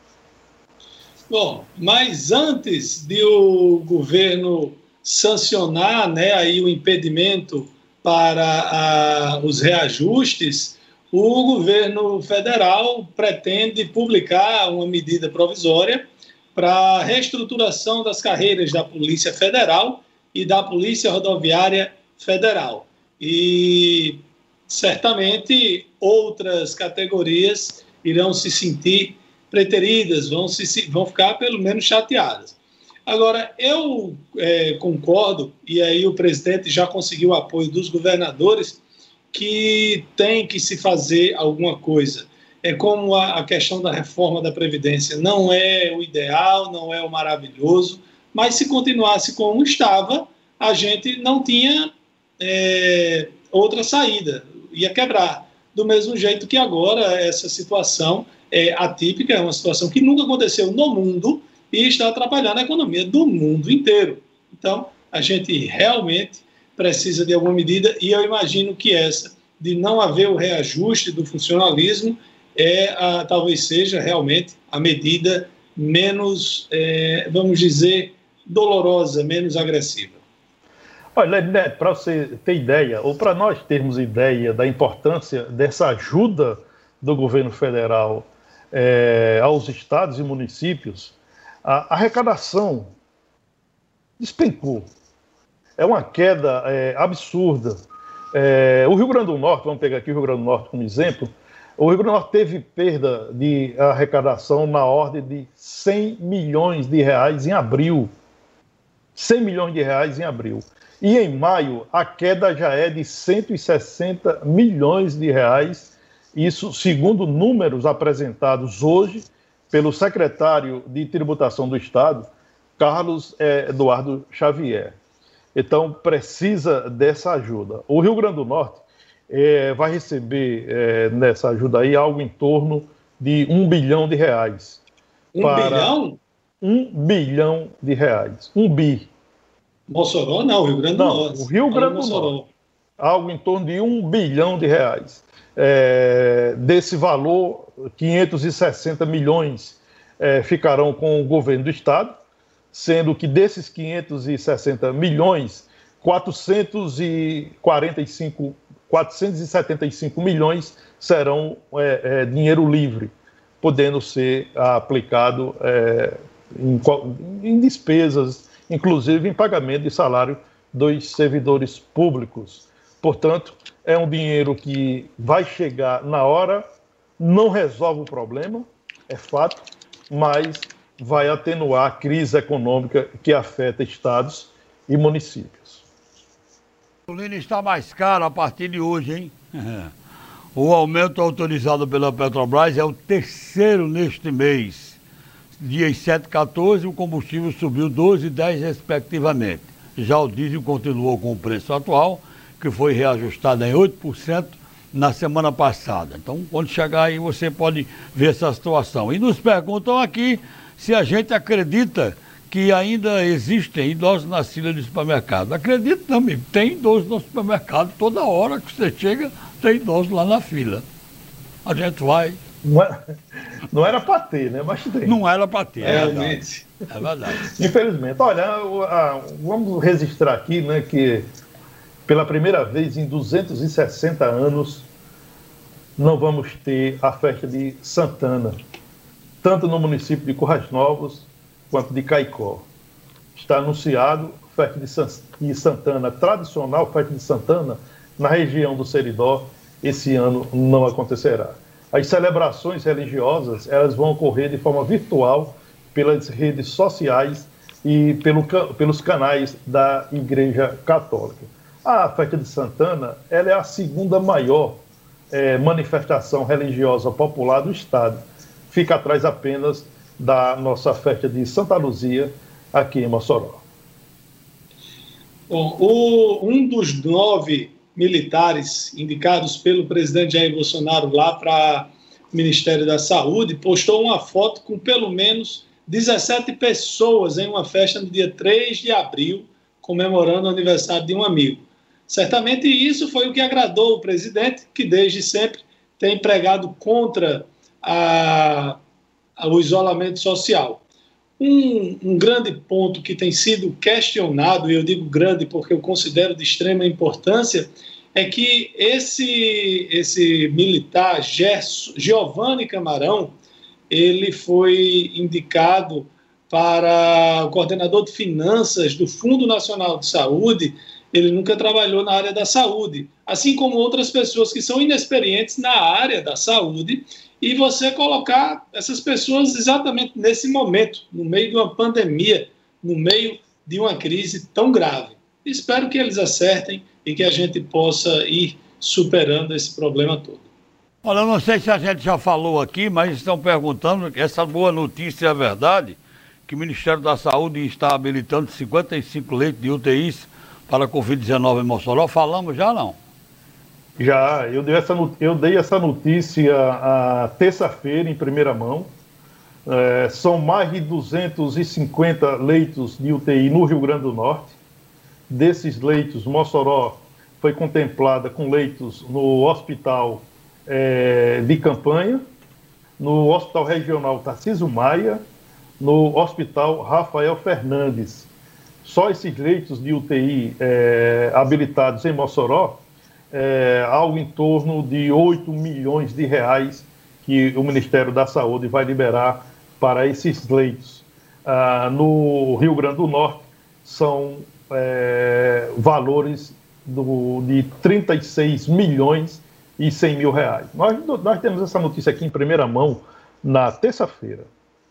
Bom, mas antes de o governo sancionar, né, aí o impedimento para a, os reajustes, o governo federal pretende publicar uma medida provisória para a reestruturação das carreiras da Polícia Federal e da Polícia Rodoviária Federal. E certamente outras categorias irão se sentir preteridas, vão, se, vão ficar pelo menos chateadas. Agora, eu é, concordo, e aí o presidente já conseguiu o apoio dos governadores, que tem que se fazer alguma coisa. É como a, a questão da reforma da Previdência. Não é o ideal, não é o maravilhoso, mas se continuasse como estava, a gente não tinha é, outra saída, ia quebrar. Do mesmo jeito que agora essa situação é atípica, é uma situação que nunca aconteceu no mundo e está atrapalhando a economia do mundo inteiro. Então, a gente realmente precisa de alguma medida, e eu imagino que essa, de não haver o reajuste do funcionalismo, é a, talvez seja realmente a medida menos, é, vamos dizer, dolorosa, menos agressiva. Olha, né, para você ter ideia, ou para nós termos ideia da importância dessa ajuda do governo federal é, aos estados e municípios, a arrecadação despencou. É uma queda é, absurda. É, o Rio Grande do Norte, vamos pegar aqui o Rio Grande do Norte como exemplo, O Rio Grande do Norte teve perda de arrecadação na ordem de cem milhões de reais em abril. cem milhões de reais em abril. E em maio, a queda já é de cento e sessenta milhões de reais. Isso segundo números apresentados hoje pelo secretário de Tributação do Estado, Carlos Eduardo Xavier. Então, precisa dessa ajuda. O Rio Grande do Norte é, vai receber é, nessa ajuda aí algo em torno de um bilhão de reais. Um bilhão? Um bilhão de reais. Um bi. Mossoró não, Rio Grande do não, Norte. O Rio Grande do Norte. Algo em torno de um bilhão de reais. É, desse valor, quinhentos e sessenta milhões é, ficarão com o governo do Estado, sendo que desses quinhentos e sessenta milhões, quatrocentos e quarenta e cinco, quatrocentos e setenta e cinco milhões serão é, é, dinheiro livre, podendo ser aplicado é, em, em despesas, inclusive em pagamento de salário dos servidores públicos. Portanto, é um dinheiro que vai chegar na hora, não resolve o problema, é fato, mas vai atenuar a crise econômica que afeta estados e municípios. A gasolina está mais cara a partir de hoje, hein? O aumento autorizado pela Petrobras é o terceiro neste mês. Dias sete e quatorze, o combustível subiu doze e dez respectivamente. Já o diesel continuou com o preço atual, que foi reajustado em oito por cento na semana passada. Então, quando chegar aí, você pode ver essa situação. E nos perguntam aqui se a gente acredita que ainda existem idosos na fila de supermercado. Acredito também, tem idosos no supermercado, toda hora que você chega, tem idosos lá na fila. A gente vai... Não era, não era para ter, né? Mas tem. Não era para ter, é realmente. Verdade. É verdade. Infelizmente. Olha, vamos registrar aqui, né, que pela primeira vez em duzentos e sessenta anos não vamos ter a festa de Santana, tanto no município de Currais Novos quanto de Caicó. Está anunciado a festa de Santana, tradicional festa de Santana, na região do Seridó, esse ano não acontecerá. As celebrações religiosas, elas vão ocorrer de forma virtual pelas redes sociais e pelo, pelos canais da Igreja Católica. A festa de Santana, ela é a segunda maior é, manifestação religiosa popular do estado. Fica atrás apenas da nossa festa de Santa Luzia, aqui em Mossoró. Bom, o, um dos nove militares indicados pelo presidente Jair Bolsonaro lá para o Ministério da Saúde postou uma foto com pelo menos dezessete pessoas em uma festa no dia três de abril, comemorando o aniversário de um amigo. Certamente isso foi o que agradou o presidente, que desde sempre tem pregado contra a, a, o isolamento social. Um, um grande ponto que tem sido questionado, e eu digo grande porque eu considero de extrema importância, é que esse, esse militar, Giovanni Camarão, ele foi indicado para o coordenador de finanças do Fundo Nacional de Saúde. Ele nunca trabalhou na área da saúde, assim como outras pessoas que são inexperientes na área da saúde, e você colocar essas pessoas exatamente nesse momento, no meio de uma pandemia, no meio de uma crise tão grave. Espero que eles acertem e que a gente possa ir superando esse problema todo. Olha, eu não sei se a gente já falou aqui, mas estão perguntando, essa boa notícia é verdade, que o Ministério da Saúde está habilitando cinquenta e cinco leitos de U T Is para a covid dezenove em Mossoró. Falamos já, não? Já, eu dei essa, eu dei essa notícia a terça-feira em primeira mão. É, são mais de duzentos e cinquenta leitos de U T I no Rio Grande do Norte. Desses leitos, Mossoró foi contemplada com leitos no hospital é, de campanha, no Hospital Regional Tarcísio Maia, no Hospital Rafael Fernandes. Só esses leitos de U T I é, habilitados em Mossoró, é, algo em torno de oito milhões de reais que o Ministério da Saúde vai liberar para esses leitos. Ah, no Rio Grande do Norte, são é, valores do, de trinta e seis milhões e cem mil reais. Nós, nós temos essa notícia aqui em primeira mão na terça-feira.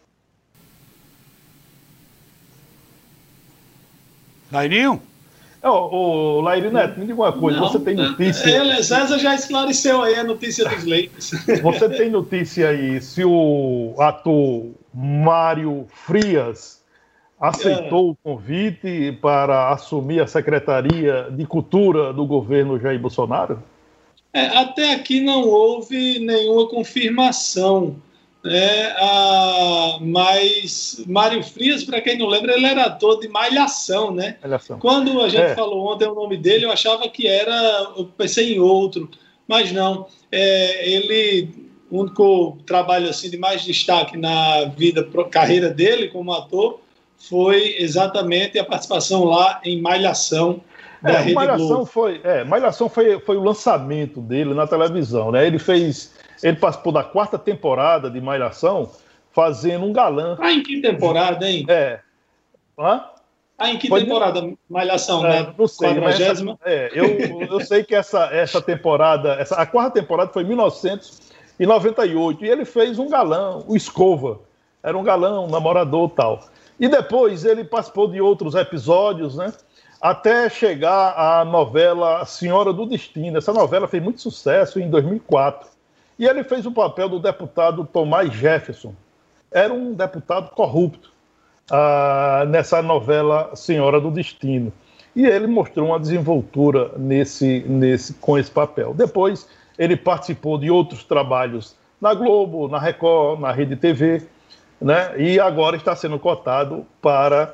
Lairinho? Ô, ô, Lairi Neto, me diga uma coisa, Não, você tem notícia... Ele, César já esclareceu aí a notícia dos leitos. Você tem notícia aí se o ator Mário Frias aceitou é. o convite para assumir a Secretaria de Cultura do governo Jair Bolsonaro? É, até aqui não houve nenhuma confirmação, né? Ah, mas Mário Frias, para quem não lembra, ele era ator de Malhação, né? Malhação. Quando a gente é. falou ontem o nome dele, eu achava que era, eu pensei em outro, mas não. É, ele, o único trabalho assim de mais destaque na vida, carreira dele como ator, foi exatamente a participação lá em Malhação. É, Malhação, foi, é, Malhação foi, foi o lançamento dele na televisão, né? Ele fez, ele participou da quarta temporada de Malhação, fazendo um galã. Ah, em que temporada, hein? É. Hã? Ah, em que foi temporada de... Malhação, é, né? Não sei, mas essa, é, eu, eu sei que essa, essa temporada, essa, a quarta temporada foi em mil novecentos e noventa e oito, e ele fez um galã, o Escova. Era um galã, um namorador e tal. E depois ele participou de outros episódios, né? Até chegar à novela Senhora do Destino. Essa novela fez muito sucesso em dois mil e quatro. E ele fez o papel do deputado Tomás Jefferson. Era um deputado corrupto ah, nessa novela Senhora do Destino. E ele mostrou uma desenvoltura nesse, nesse, com esse papel. Depois ele participou de outros trabalhos na Globo, na Record, na Rede T V, né? E agora está sendo cotado para...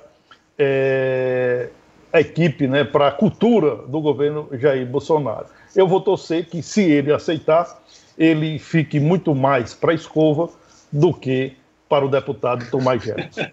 É, a equipe, né, para a cultura do governo Jair Bolsonaro. Eu vou torcer que, se ele aceitar, ele fique muito mais para a escova do que para o deputado Tomás Jefferson.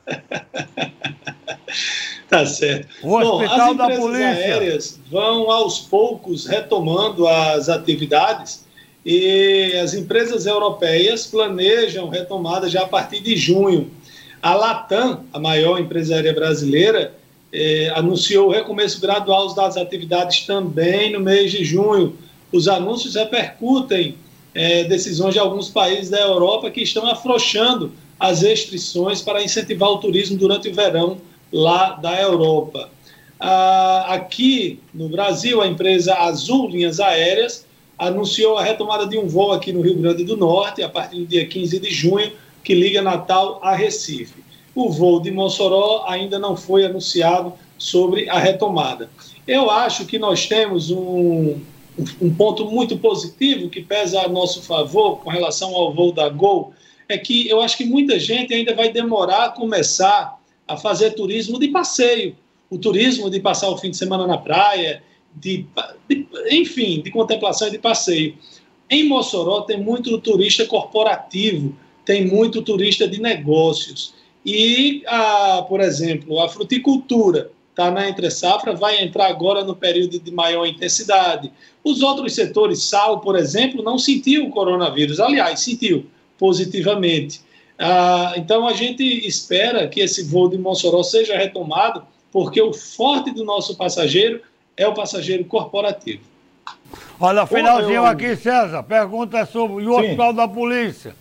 Tá certo. O Bom, Hospital as da empresas Polícia aéreas vão, aos poucos, retomando as atividades e as empresas europeias planejam retomada já a partir de junho. A Latam, a maior empresa aérea brasileira, Eh, anunciou o recomeço gradual das atividades também no mês de junho. Os anúncios repercutem eh, decisões de alguns países da Europa que estão afrouxando as restrições para incentivar o turismo durante o verão lá da Europa. Ah, aqui no Brasil, a empresa Azul Linhas Aéreas anunciou a retomada de um voo aqui no Rio Grande do Norte a partir do dia quinze de junho, que liga Natal a Recife. O voo de Mossoró ainda não foi anunciado sobre a retomada. Eu acho que nós temos um, um ponto muito positivo que pesa a nosso favor com relação ao voo da Gol, é que eu acho que muita gente ainda vai demorar a começar a fazer turismo de passeio. O turismo de passar o fim de semana na praia, de, de, enfim, de contemplação e de passeio. Em Mossoró tem muito turista corporativo, tem muito turista de negócios. E, a, por exemplo, a fruticultura está na entre-safra, vai entrar agora no período de maior intensidade. Os outros setores, sal, por exemplo, não sentiu o coronavírus. Aliás, sentiu positivamente. Ah, então, a gente espera que esse voo de Mossoró seja retomado, porque o forte do nosso passageiro é o passageiro corporativo. Olha, finalzinho eu... aqui, César. Pergunta sobre o Hospital da Polícia.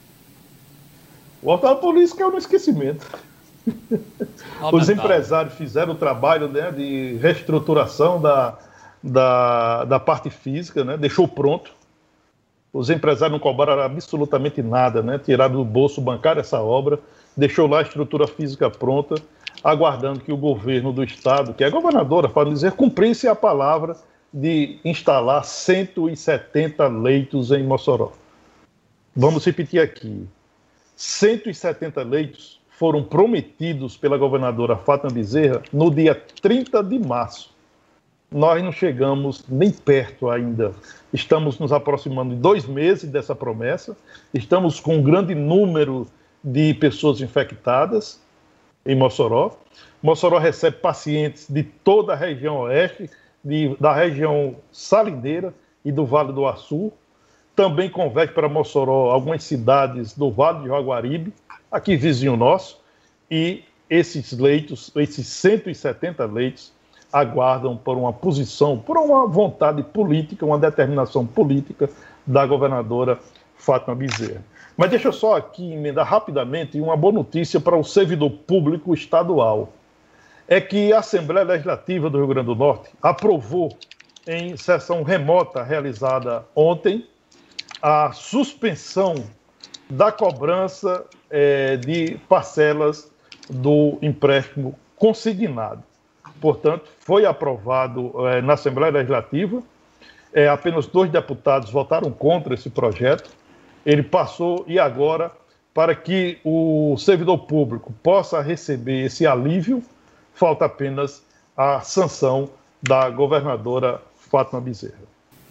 O Hospital da Polícia caiu no esquecimento. Os empresários fizeram o trabalho, né, de reestruturação da, da, da parte física, né, deixou pronto. Os empresários não cobraram absolutamente nada, né, tiraram do bolso bancário essa obra, deixou lá a estrutura física pronta, aguardando que o governo do estado, que é a governadora, para dizer, cumprisse a palavra de instalar cento e setenta leitos em Mossoró. Vamos repetir aqui. cento e setenta leitos foram prometidos pela governadora Fátima Bezerra no dia trinta de março. Nós não chegamos nem perto ainda. Estamos nos aproximando de dois meses dessa promessa. Estamos com um grande número de pessoas infectadas em Mossoró. Mossoró recebe pacientes de toda a região oeste, de, da região salineira e do Vale do Açu. Também converte para Mossoró algumas cidades do Vale de Jaguaribe, aqui vizinho nosso, e esses leitos, esses cento e setenta leitos, aguardam por uma posição, por uma vontade política, uma determinação política da governadora Fátima Bezerra. Mas deixa eu só aqui emendar rapidamente uma boa notícia para o servidor público estadual. É que a Assembleia Legislativa do Rio Grande do Norte aprovou, em sessão remota realizada ontem, a suspensão da cobrança é, de parcelas do empréstimo consignado. Portanto, foi aprovado é, na Assembleia Legislativa, é, apenas dois deputados votaram contra esse projeto. Ele passou e agora, para que o servidor público possa receber esse alívio, falta apenas a sanção da governadora Fátima Bezerra.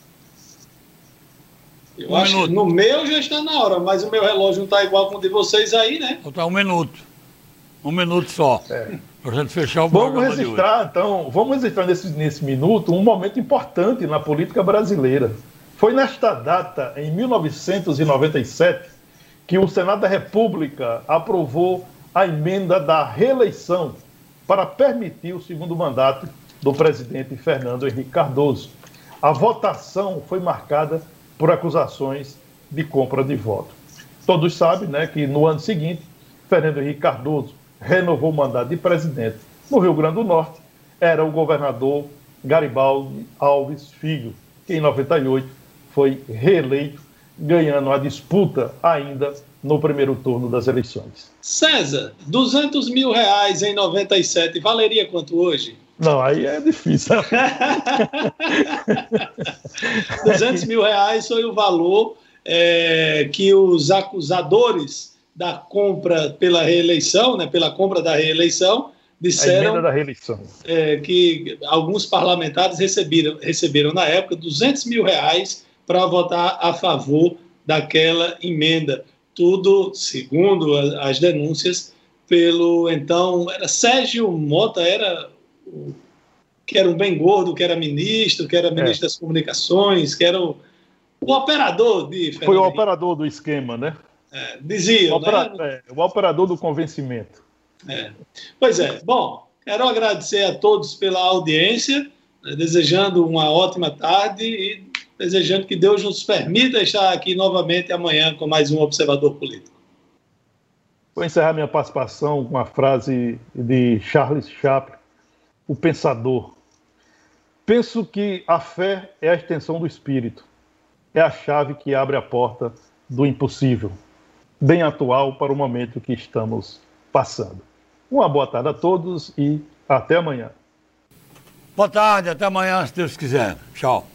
Eu um acho minuto. Que no meu já está na hora, mas o meu relógio não está igual com o de vocês aí, né? Falta um minuto. Um minuto só. É. Para a gente fechar o vamos programa registrar, de hoje. Então, vamos registrar nesse, nesse minuto um momento importante na política brasileira. Foi nesta data, em mil novecentos e noventa e sete, que o Senado da República aprovou a emenda da reeleição para permitir o segundo mandato do presidente Fernando Henrique Cardoso. A votação foi marcada por acusações de compra de voto. Todos sabem, né, que no ano seguinte, Fernando Henrique Cardoso renovou o mandato de presidente. No Rio Grande do Norte, era o governador Garibaldi Alves Filho, que em noventa e oito foi reeleito, ganhando a disputa ainda no primeiro turno das eleições. César, duzentos mil reais em noventa e sete, valeria quanto hoje? Não, aí é difícil. duzentos mil reais foi o valor é, que os acusadores da compra pela reeleição, né, pela compra da reeleição, disseram a emenda da reeleição. É, que alguns parlamentares receberam, receberam na época duzentos mil reais para votar a favor daquela emenda. Tudo, segundo as denúncias, pelo então, era Sérgio Mota, era o, que era um bem gordo, que era ministro, que era ministro é. das comunicações, que era o, o operador de... Fernando Foi o Henrique. Operador do esquema, né? É, dizia, o, opera, né? é, o operador do convencimento. É. Pois é, bom, quero agradecer a todos pela audiência, né, desejando uma ótima tarde e desejando que Deus nos permita estar aqui novamente amanhã com mais um Observador Político. Vou encerrar minha participação com uma frase de Charles Chaplin, o pensador. Penso que a fé é a extensão do espírito, é a chave que abre a porta do impossível, bem atual para o momento que estamos passando. Uma boa tarde a todos e até amanhã. Boa tarde, até amanhã, se Deus quiser. Tchau.